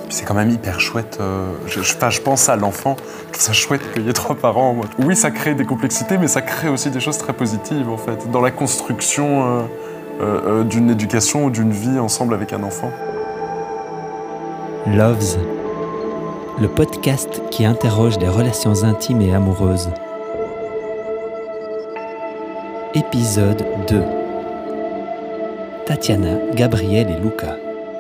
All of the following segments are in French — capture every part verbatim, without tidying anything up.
C'est quand même hyper chouette. Euh, je, je, je pense à l'enfant, je trouve ça chouette qu'il y ait trois parents. Moi. Oui, ça crée des complexités, mais ça crée aussi des choses très positives, en fait, dans la construction euh, euh, d'une éducation ou d'une vie ensemble avec un enfant. Loves, le podcast qui interroge les relations intimes et amoureuses. Épisode deux. Tatiana, Gabriel et Luca.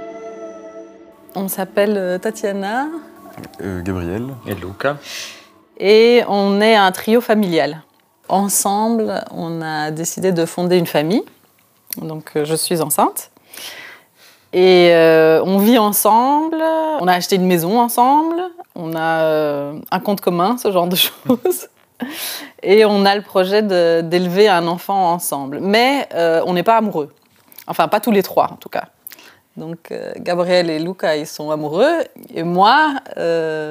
On s'appelle Tatiana, euh, Gabriel et Luca. Et on est un trio familial. Ensemble, on a décidé de fonder une famille. Donc, je suis enceinte. Et euh, on vit ensemble. On a acheté une maison ensemble. On a euh, un compte commun, ce genre de choses. Et on a le projet de, d'élever un enfant ensemble. Mais euh, on n'est pas amoureux. Enfin, pas tous les trois, en tout cas. Donc, euh, Gabriel et Luca, ils sont amoureux. Et moi, euh...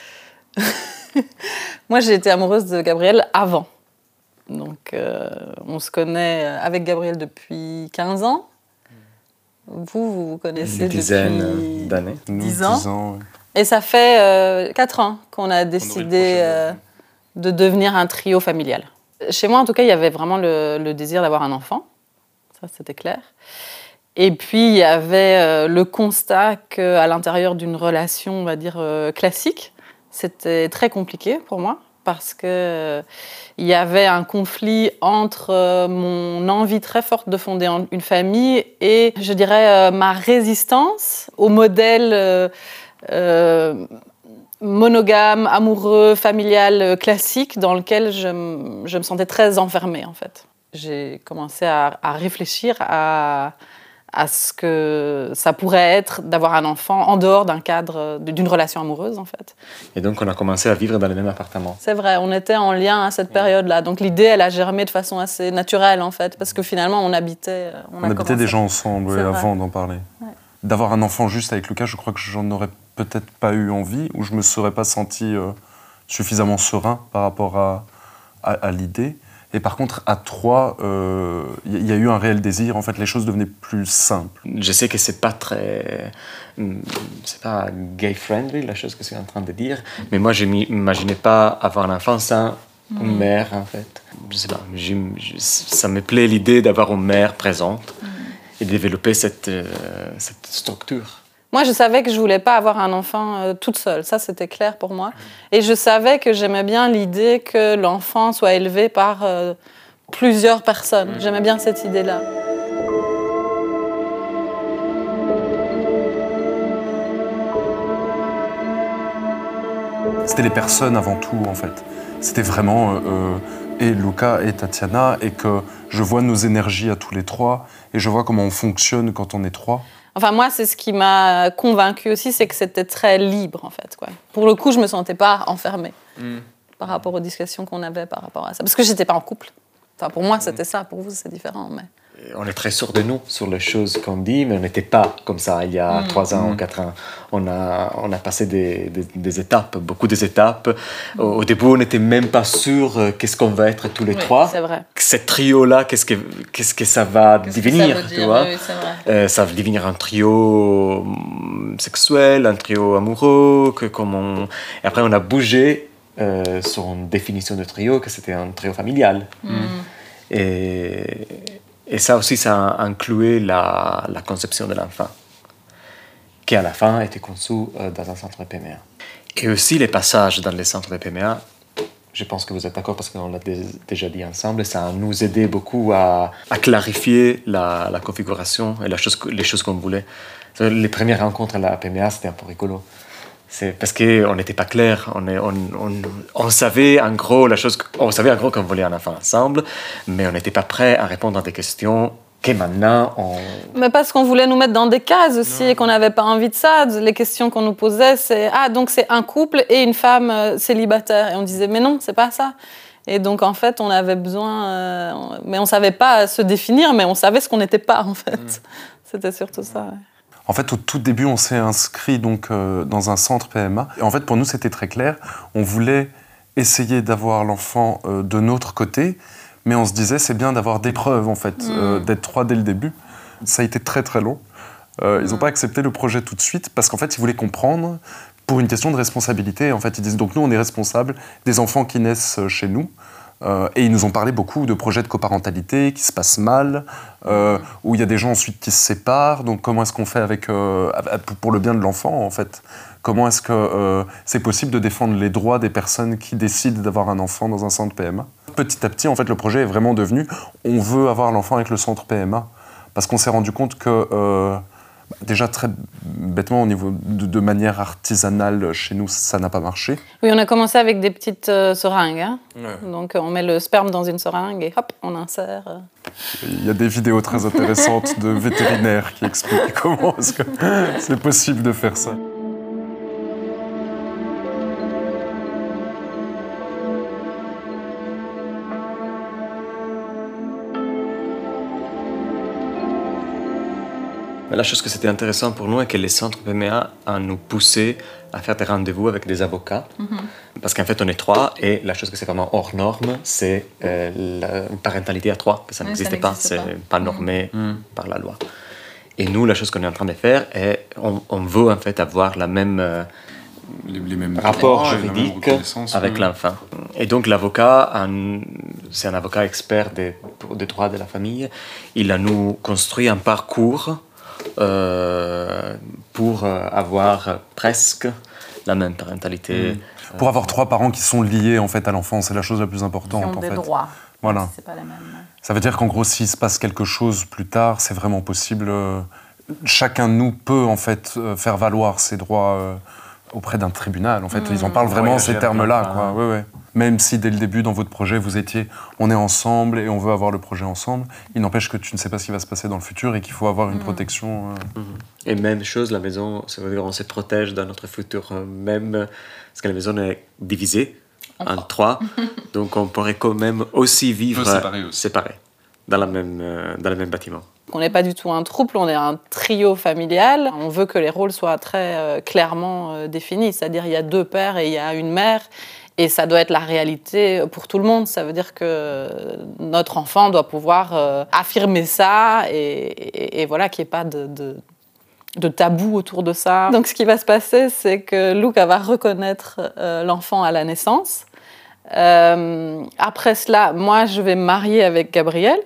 moi, j'ai été amoureuse de Gabriel avant. Donc, euh, on se connaît avec Gabriel depuis quinze ans. Vous, vous vous connaissez Une dizaine depuis d'années. dix ans. dix ans ouais. Et ça fait euh, quatre ans qu'on a décidé euh, de devenir un trio familial. Chez moi, en tout cas, il y avait vraiment le, le désir d'avoir un enfant. Ça, c'était clair. Et puis, il y avait euh, le constat qu'à l'intérieur d'une relation, on va dire, euh, classique, c'était très compliqué pour moi parce qu'il euh, y avait un conflit entre euh, mon envie très forte de fonder une famille et, je dirais, euh, ma résistance au modèle euh, euh, monogame, amoureux, familial, euh, classique dans lequel je, m- je me sentais très enfermée, en fait. J'ai commencé à, à réfléchir à... à ce que ça pourrait être d'avoir un enfant en dehors d'un cadre, d'une relation amoureuse, en fait. Et donc, on a commencé à vivre dans le même appartement. C'est vrai, on était en lien à cette période-là. Donc, l'idée, elle a germé de façon assez naturelle, en fait, parce que finalement, on habitait... On, on habitait déjà ensemble ouais, avant d'en parler. Ouais. D'avoir un enfant juste avec Lucas, je crois que j'en aurais peut-être pas eu envie, ou je me serais pas senti euh, suffisamment serein par rapport à, à, à l'idée. Et par contre, à trois, il euh, y, y a eu un réel désir. En fait, les choses devenaient plus simples. Je sais que c'est pas très, c'est pas gay friendly la chose que je suis en train de dire, mais moi je m'imaginais pas avoir un enfant sans mmh. une mère en fait. Je sais pas, je, je, ça me plaît l'idée d'avoir une mère présente mmh. et de développer cette euh, cette structure. Moi, je savais que je voulais pas avoir un enfant euh, toute seule. Ça, c'était clair pour moi. Et je savais que j'aimais bien l'idée que l'enfant soit élevé par euh, plusieurs personnes. J'aimais bien cette idée-là. C'était les personnes avant tout, en fait. C'était vraiment euh, et Luca et Tatiana, et que je vois nos énergies à tous les trois, et je vois comment on fonctionne quand on est trois. Enfin, moi, c'est ce qui m'a convaincue aussi, c'est que c'était très libre, en fait, quoi. Pour le coup, je me sentais pas enfermée mm. par rapport aux discussions qu'on avait par rapport à ça. Parce que j'étais pas en couple. Enfin, pour moi, c'était ça. Pour vous, c'est différent, mais... On est très sûrs de nous sur les choses qu'on dit, mais on n'était pas comme ça il y a mmh. trois ans ou quatre ans. On a, on a passé des, des, des étapes, beaucoup des étapes. Mmh. Au, au début, on n'était même pas sûr euh, qu'est-ce qu'on va être tous les oui, trois. C'est vrai. Ce trio-là, qu'est-ce que, qu'est-ce que ça va qu'est-ce devenir, que ça veut dire, tu vois oui, c'est vrai. Euh, ça va devenir un trio sexuel, un trio amoureux. Que, comme on... Et après, on a bougé euh, sur une définition de trio, que c'était un trio familial. Mmh. Et... Et ça aussi, ça a inclué la, la conception de l'enfant, qui à la fin a été conçu euh, dans un centre de P M A. Et aussi les passages dans les centres de P M A, je pense que vous êtes d'accord parce qu'on l'a dé- déjà dit ensemble, ça a nous aidé beaucoup à, à clarifier la, la configuration et la chose, les choses qu'on voulait. Les premières rencontres à la P M A, c'était un peu rigolo. C'est parce qu'on n'était pas clair, on, est, on, on, on savait en gros la chose, on savait en gros qu'on voulait un enfant ensemble, mais on n'était pas prêt à répondre à des questions que maintenant on... Mais parce qu'on voulait nous mettre dans des cases aussi non. et qu'on n'avait pas envie de ça. Les questions qu'on nous posait, c'est ah donc c'est un couple et une femme euh, célibataire, et on disait mais non, c'est pas ça. Et donc en fait on avait besoin, euh, mais on savait pas se définir, mais on savait ce qu'on n'était pas en fait. Mmh. C'était surtout ça. Ouais. En fait, au tout début, on s'est inscrit donc, euh, dans un centre P M A. Et en fait, pour nous, c'était très clair. On voulait essayer d'avoir l'enfant euh, de notre côté, mais on se disait, c'est bien d'avoir des preuves, en fait, mmh. euh, d'être trois dès le début. Ça a été très, très long. Euh, ils n'ont pas accepté le projet tout de suite parce qu'en fait, ils voulaient comprendre pour une question de responsabilité. En fait, ils disent donc nous, on est responsables des enfants qui naissent chez nous. Euh, et ils nous ont parlé beaucoup de projets de coparentalité qui se passent mal, euh, où il y a des gens ensuite qui se séparent. Donc comment est-ce qu'on fait avec, euh, pour le bien de l'enfant, en fait? Comment est-ce que euh, c'est possible de défendre les droits des personnes qui décident d'avoir un enfant dans un centre P M A? Petit à petit, en fait, le projet est vraiment devenu on veut avoir l'enfant avec le centre P M A. Parce qu'on s'est rendu compte que, euh, déjà très bêtement, au niveau de, de manière artisanale, chez nous, ça n'a pas marché. Oui, on a commencé avec des petites euh, seringues. Hein. Ouais. Donc on met le sperme dans une seringue et hop, on insère. Il y a des vidéos très intéressantes de vétérinaires qui expliquent comment est-ce que c'est possible de faire ça. La chose que c'était intéressant pour nous est que les centres P M A a nous poussé à faire des rendez-vous avec des avocats. Mm-hmm. Parce qu'en fait, on est trois et la chose que c'est vraiment hors norme, c'est euh, la une parentalité à trois. Que ça oui, n'existe pas, pas, c'est pas. pas normé mm. par la loi. Et nous, la chose qu'on est en train de faire est on, on veut en fait avoir la même euh, les, les mêmes rapport droits, juridique avec oui. l'enfant. Et donc l'avocat, un, c'est un avocat expert des, des droits de la famille. Il a nous construit un parcours Euh, pour euh, avoir presque la même parentalité. Mmh. Pour avoir trois parents qui sont liés en fait à l'enfant, c'est la chose la plus importante. Qui ont en des fait. droits. Voilà. C'est pas la même. Ça veut dire qu'en gros, s'il se passe quelque chose plus tard, c'est vraiment possible. Euh, chacun de nous peut en fait euh, faire valoir ses droits euh, auprès d'un tribunal. En fait, mmh. ils en parlent vraiment ces termes-là, quoi. Ouais, ouais. Même si dès le début, dans votre projet, vous étiez « on est ensemble et on veut avoir le projet ensemble », il n'empêche que tu ne sais pas ce qui va se passer dans le futur et qu'il faut avoir une mmh. protection. Euh... Et même chose, la maison, ça veut dire on se protège dans notre futur, même parce que la maison est divisée en, en trois, donc on pourrait quand même aussi vivre séparés, aussi. séparés dans, la même, dans le même bâtiment. On n'est pas du tout un couple, on est un trio familial. On veut que les rôles soient très euh, clairement euh, définis, c'est-à-dire il y a deux pères et il y a une mère. Et ça doit être la réalité pour tout le monde. Ça veut dire que notre enfant doit pouvoir euh, affirmer ça et, et, et voilà, qu'il n'y ait pas de, de, de tabou autour de ça. Donc ce qui va se passer, c'est que Luca va reconnaître euh, l'enfant à la naissance. Euh, après cela, moi, je vais me marier avec Gabriel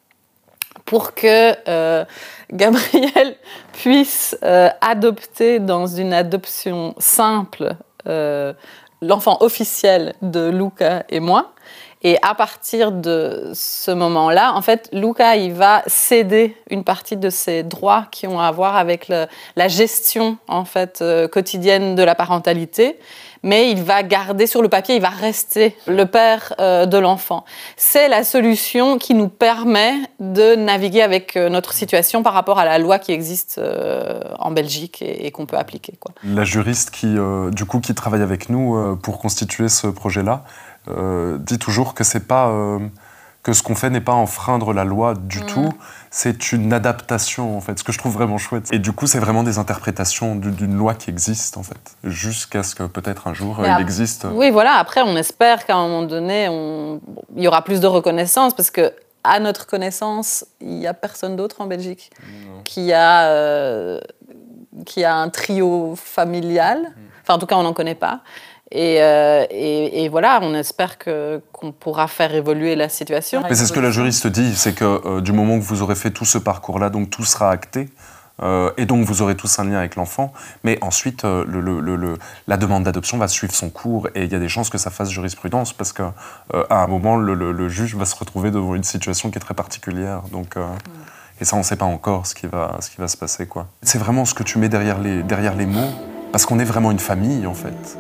pour que euh, Gabriel puisse euh, adopter dans une adoption simple euh, l'enfant officiel de Luca et moi. Et à partir de ce moment-là, en fait, Luca, il va céder une partie de ses droits qui ont à voir avec le, la gestion en fait, euh, quotidienne de la parentalité. Mais il va garder sur le papier, il va rester le père euh, de l'enfant. C'est la solution qui nous permet de naviguer avec euh, notre situation par rapport à la loi qui existe euh, en Belgique et, et qu'on peut appliquer, quoi. La juriste qui, euh, du coup, qui travaille avec nous euh, pour constituer ce projet-là euh, dit toujours que c'est pas... Euh, que ce qu'on fait n'est pas enfreindre la loi du mmh. tout, c'est une adaptation, en fait, ce que je trouve vraiment chouette. Et du coup, c'est vraiment des interprétations d'une loi qui existe, en fait, jusqu'à ce que peut-être un jour, il existe. Oui, voilà, après, on espère qu'à un moment donné, on... il y aura plus de reconnaissance, parce que, à notre connaissance, il n'y a personne d'autre en Belgique mmh. qui a, euh, qui a un trio familial. Mmh. Enfin, en tout cas, on n'en connaît pas. Et, euh, et, et voilà, on espère que, qu'on pourra faire évoluer la situation. Mais c'est ce que la juriste dit, c'est que euh, du moment que vous aurez fait tout ce parcours-là, donc tout sera acté, euh, et donc vous aurez tous un lien avec l'enfant, mais ensuite euh, le, le, le, la demande d'adoption va suivre son cours, et il y a des chances que ça fasse jurisprudence, parce qu'à euh, un moment, le, le, le juge va se retrouver devant une situation qui est très particulière. Donc, euh, mmh. Et ça, on ne sait pas encore ce qui va, ce qui va se passer, quoi. C'est vraiment ce que tu mets derrière les, derrière les mots, parce qu'on est vraiment une famille, en fait.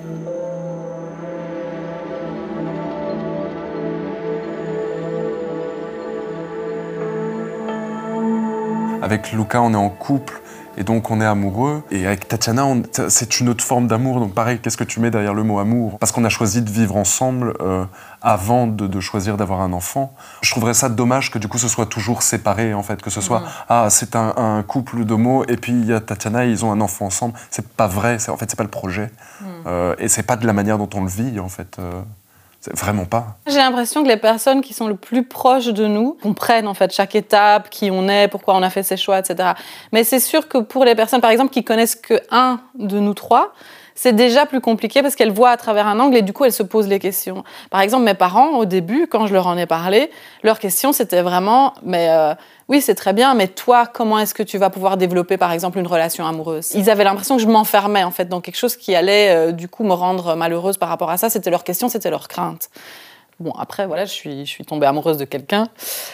Avec Luca, on est en couple et donc on est amoureux. Et avec Tatiana, on... c'est une autre forme d'amour. Donc pareil, qu'est-ce que tu mets derrière le mot amour? Parce qu'on a choisi de vivre ensemble euh, avant de, de choisir d'avoir un enfant. Je trouverais ça dommage que du coup ce soit toujours séparé, en fait. Que ce soit, mmh. ah, c'est un, un couple d'homos et puis il y a Tatiana et ils ont un enfant ensemble. C'est pas vrai, en fait, c'est pas le projet. Mmh. Euh, et c'est pas de la manière dont on le vit, en fait. Euh, C'est vraiment pas. J'ai l'impression que les personnes qui sont le plus proches de nous comprennent en fait chaque étape, qui on est, pourquoi on a fait ces choix, et cetera. Mais c'est sûr que pour les personnes, par exemple, qui connaissent qu'un de nous trois, c'est déjà plus compliqué parce qu'elles voient à travers un angle et du coup, elles se posent les questions. Par exemple, mes parents, au début, quand je leur en ai parlé, leur question, c'était vraiment « mais euh, oui, c'est très bien, mais toi, comment est-ce que tu vas pouvoir développer, par exemple, une relation amoureuse ?» Ils avaient l'impression que je m'enfermais, en fait, dans quelque chose qui allait, euh, du coup, me rendre malheureuse par rapport à ça. C'était leur question, c'était leur crainte. Bon, après, voilà, je suis, je suis tombée amoureuse de quelqu'un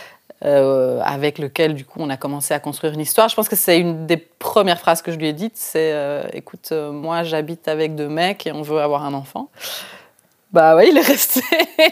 euh, avec lequel, du coup, on a commencé à construire une histoire. Je pense que c'est une des premières phrases que je lui ai dites, c'est euh, « écoute, euh, moi, j'habite avec deux mecs et on veut avoir un enfant. » Bah ouais, il est resté.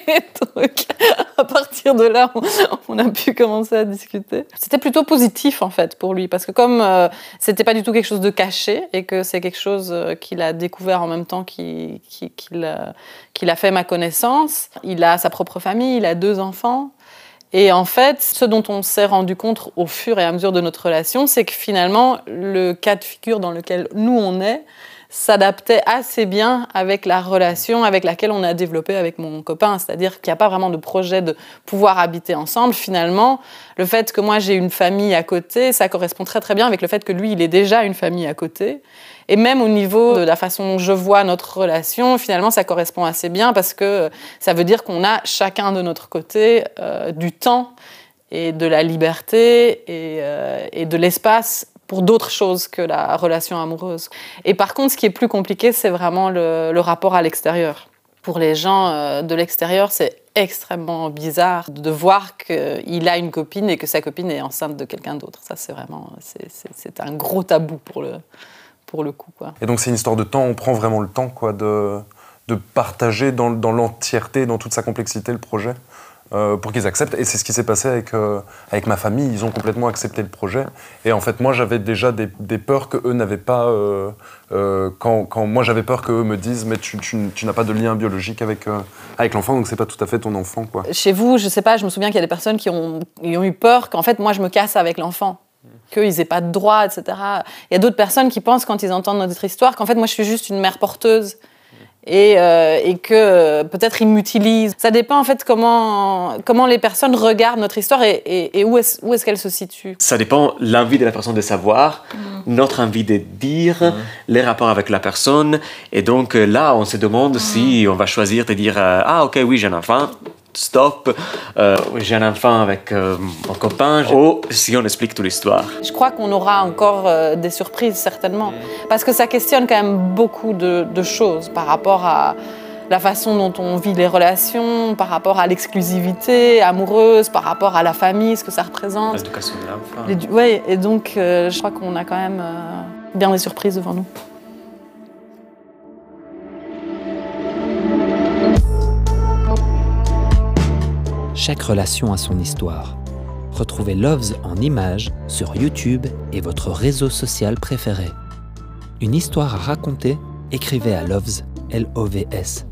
Donc, à partir de là, on, on a pu commencer à discuter. C'était plutôt positif, en fait, pour lui, parce que comme euh, c'était pas du tout quelque chose de caché et que c'est quelque chose euh, qu'il a découvert en même temps qu'il, qu'il, qu'il, a, qu'il a fait ma connaissance, il a sa propre famille, il a deux enfants. Et en fait, ce dont on s'est rendu compte au fur et à mesure de notre relation, c'est que finalement, le cas de figure dans lequel nous, on est, s'adaptait assez bien avec la relation avec laquelle on a développé avec mon copain. C'est-à-dire qu'il n'y a pas vraiment de projet de pouvoir habiter ensemble. Finalement, le fait que moi, j'ai une famille à côté, ça correspond très très bien avec le fait que lui, il ait déjà une famille à côté. Et même au niveau de la façon dont je vois notre relation, finalement, ça correspond assez bien parce que ça veut dire qu'on a chacun de notre côté euh, du temps et de la liberté et, euh, et de l'espace pour d'autres choses que la relation amoureuse. Et par contre, ce qui est plus compliqué, c'est vraiment le, le rapport à l'extérieur. Pour les gens euh, de l'extérieur, c'est extrêmement bizarre de voir qu'il a une copine et que sa copine est enceinte de quelqu'un d'autre. Ça, c'est vraiment c'est, c'est, c'est un gros tabou pour le, pour le coup, quoi. Et donc, c'est une histoire de temps. On prend vraiment le temps, quoi, de, de partager dans, dans l'entièreté, dans toute sa complexité, le projet. Euh, pour qu'ils acceptent. Et c'est ce qui s'est passé avec, euh, avec ma famille. Ils ont complètement accepté le projet. Et en fait, moi, j'avais déjà des, des peurs qu'eux n'avaient pas. Euh, euh, quand, quand moi, j'avais peur qu'eux me disent « mais tu, tu, tu n'as pas de lien biologique avec, euh, avec l'enfant, donc c'est pas tout à fait ton enfant. » quoi. Chez vous, je sais pas, je me souviens qu'il y a des personnes qui ont, qui ont eu peur qu'en fait, moi, je me casse avec l'enfant. Qu'ils n'aient pas de droit, et cetera. Il y a d'autres personnes qui pensent, quand ils entendent notre histoire, qu'en fait, moi, je suis juste une mère porteuse. Et, euh, et que euh, peut-être ils m'utilisent. Ça dépend en fait comment, comment les personnes regardent notre histoire et, et, et où, est-ce, où est-ce qu'elle se situe. Ça dépend l'envie de la personne de savoir, mmh. notre envie de dire, mmh. les rapports avec la personne. Et donc là, on se demande mmh. si on va choisir de dire euh, « Ah ok, oui, j'ai un enfant ». Stop, euh, j'ai un enfant avec euh, mon copain, ou si on explique toute l'histoire. Je crois qu'on aura encore euh, des surprises, certainement, parce que ça questionne quand même beaucoup de, de choses par rapport à la façon dont on vit les relations, par rapport à l'exclusivité amoureuse, par rapport à la famille, ce que ça représente. L'éducation de l'enfant. Les, ouais, et donc euh, je crois qu'on a quand même euh, bien des surprises devant nous. Chaque relation a son histoire. Retrouvez Loves en images sur YouTube et votre réseau social préféré. Une histoire à raconter? Écrivez à Loves, L O V S,